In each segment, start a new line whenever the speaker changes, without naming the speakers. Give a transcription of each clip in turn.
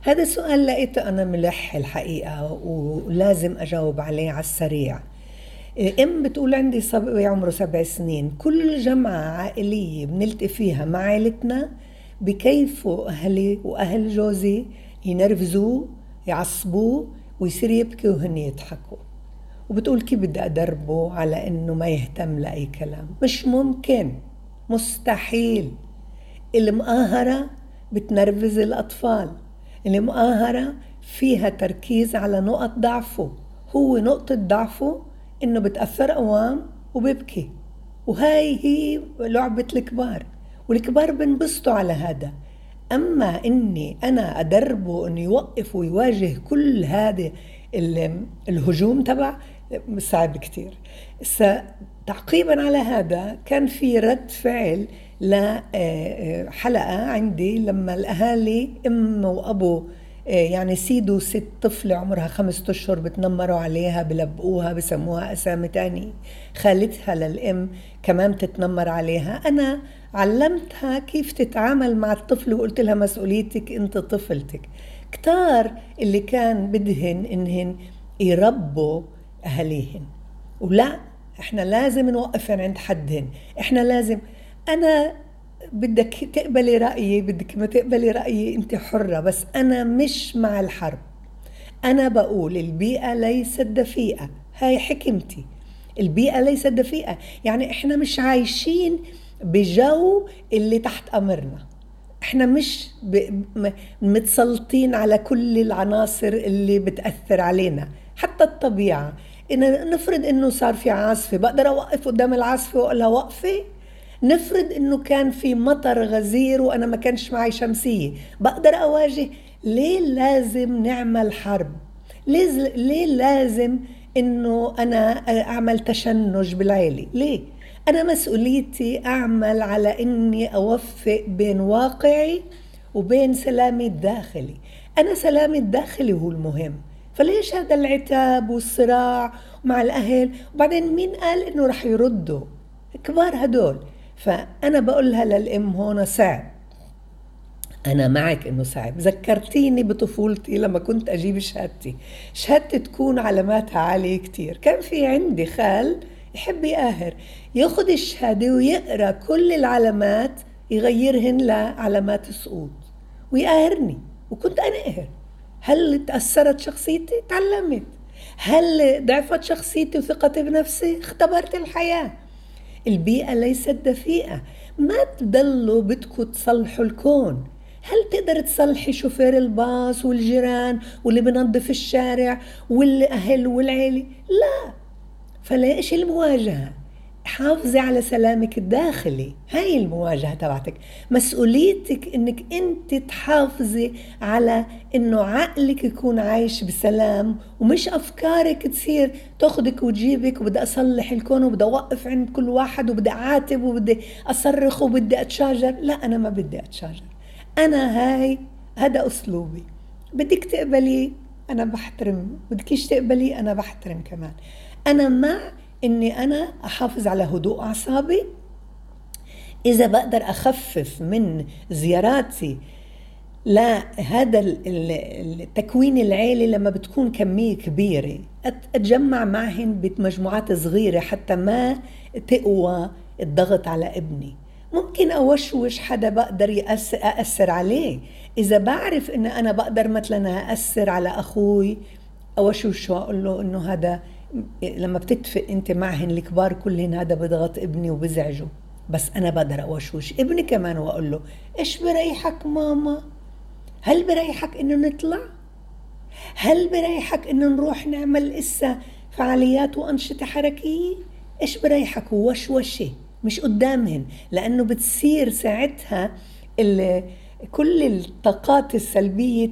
هذا سؤال لقيته أنا ملح الحقيقة ولازم أجاوب عليه على السريع. أم بتقول عندي صبي عمره 7 سنين، كل جمعة عائلية بنلتقي فيها مع عائلتنا بكيفوا أهلي وأهل جوزي ينرفزوه يعصبوه ويصير يبكي وهن يضحكوا. وبتقول كيف بدي أدربه على إنه ما يهتم لأي كلام؟ مش ممكن، مستحيل. المقاهرة بتنرفز الأطفال، المقاهرة فيها تركيز على نقط ضعفه، هو نقطة ضعفه إنه بتأثر قوام وببكي، وهاي هي لعبة الكبار، والكبار بنبسطوا على هذا. أما إني أنا أدربه إنه يوقف ويواجه كل هذا الهجوم تبع، صعب كتير. تعقيبا على هذا كان في رد فعل لحلقة عندي لما الأهالي أم وأبو يعني سيدوا 6 طفلة عمرها 5 أشهر بتنمروا عليها بلبقوها بسموها أسامي تاني، خالتها للأم كمان تتنمر عليها. أنا علمتها كيف تتعامل مع الطفل وقلت لها مسؤوليتك أنت طفلتك. كتار اللي كان بدهن إنهن يربوا أهليهن، ولا إحنا لازم نوقفن عند حدهن، إحنا لازم. أنا بدك تقبلي رأيي بدك ما تقبلي رأيي أنت حرة، بس أنا مش مع الحرب. أنا بقول البيئة ليست دفيئة، هاي حكمتي. البيئة ليست دفيئة، يعني إحنا مش عايشين بجو اللي تحت أمرنا، إحنا مش متسلطين على كل العناصر اللي بتأثر علينا، حتى الطبيعة. إن نفرض إنه صار في عاصفة، بقدر أوقف قدام العاصفة وأقولها وقفي؟ نفرض إنه كان في مطر غزير وأنا ما كانش معي شمسية، بقدر أواجه؟ ليه لازم نعمل حرب؟ ليه لازم إنه أنا أعمل تشنج بالعيلة؟ ليه؟ أنا مسؤوليتي أعمل على إني أوفق بين واقعي وبين سلامي الداخلي. أنا سلامي الداخلي هو المهم، فليش هذا العتاب والصراع مع الأهل؟ وبعدين مين قال إنه رح يردوا؟ كبار هدول. فأنا بقولها للأم هون صعب، أنا معك إنه صعب. ذكرتيني بطفولتي لما كنت أجيب شهادتي تكون علاماتها عالية كتير. كان في عندي خال يحب يقاهر، ياخد الشهادة ويقرأ كل العلامات يغيرهن لعلامات سقوط ويقاهرني، وكنت أنقهر. هل تأثرت شخصيتي؟ تعلمت. هل ضعفت شخصيتي وثقتي بنفسي؟ اختبرت الحياة. البيئة ليست دفيئة. ما تضلوا بدكم تصلحوا الكون. هل تقدر تصلحي شوفير الباص والجيران واللي بنظف الشارع والأهل والعيلة؟ لا. فليش المواجهة؟ حافظي على سلامك الداخلي، هاي المواجهة تبعتك. مسؤوليتك انك انت تحافظي على انه عقلك يكون عايش بسلام، ومش افكارك تصير تاخدك وتجيبك وبدي اصلح الكون وبدي اوقف عند كل واحد وبدي اعاتب وبدي اصرخ وبدي اتشاجر. لا، انا ما بدي اتشاجر. انا هذا اسلوبي. بدك تقبلي انا بحترم، بدكيش تقبلي انا بحترم كمان. انا مع اني انا احافظ على هدوء اعصابي. اذا بقدر اخفف من زياراتي لهذا التكوين العائلي لما بتكون كمية كبيرة، اتجمع معهن بمجموعات صغيرة حتى ما تقوى الضغط على ابني. ممكن اوشوش حدا بقدر أأثر عليه. اذا بعرف ان انا بقدر مثلا أأثر على اخوي، اوشوش واقول له انه هذا لما بتتفق انت معهن الكبار كلهن هذا بضغط ابني وبزعجه، بس انا بقدر اوشوش ابني كمان واقول له ايش بريحك ماما؟ هل بريحك انه نطلع؟ هل بريحك انه نروح نعمل اسا فعاليات وانشطة حركية؟ ايش بريحك؟ ووشوشي مش قدامهن، لانه بتصير ساعتها كل الطاقات السلبية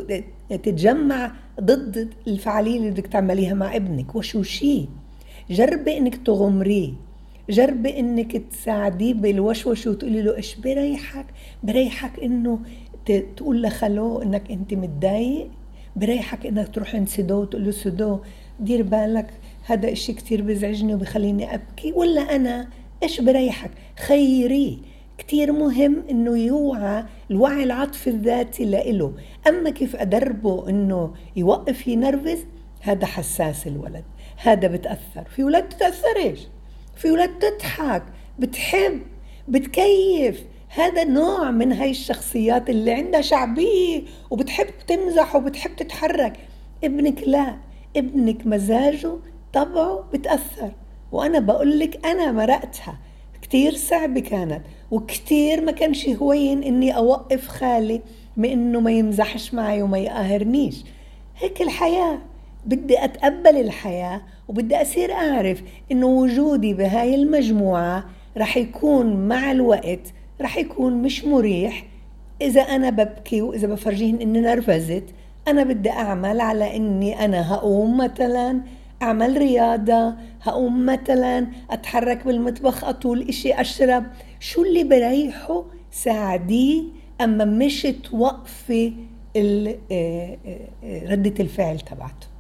تتجمع ضد الفعالية اللي بدك تعمليها مع ابنك. وشوشيه، جربي انك تغمريه، جربي انك تساعديه بالوشوش وتقولي له ايش بريحك انه تقول لخلو انك انت متضايق، بريحك انك تروح عند سيدو وتقول له سيدو دير بالك هذا اشي كتير بيزعجني وبخليني ابكي، ولا انا ايش بريحك؟ خيريه. كتير مهم انه يوعى الوعي العاطفي الذاتي لإله. اما كيف ادربه انه يوقف ينرفز، هذا حساس الولد، هذا بتأثر. في ولاد بتتأثرش، في ولاد تضحك، بتحب، بتكيف. هذا نوع من هاي الشخصيات اللي عندها شعبية وبتحب تمزح وبتحب تتحرك. ابنك لا، ابنك مزاجه طبعه بتأثر. وأنا بقولك أنا مرقتها، كتير صعبة كانت، وكتير ما كانش هوين إني أوقف خالي من إنه ما يمزحش معي وما يقاهرنيش. هيك الحياة، بدي أتقبل الحياة، وبدي أصير أعرف إنه وجودي بهاي المجموعة رح يكون مع الوقت رح يكون مش مريح. إذا أنا ببكي وإذا بفرجيهن إني نرفزت، أنا بدي أعمل على إني أنا هقوم مثلا أعمل رياضة، هقوم مثلا أتحرك بالمطبخ، أطول إشي، أشرب شو اللي بريحه، ساعديه. أما مش توقفي ردة الفعل تبعته.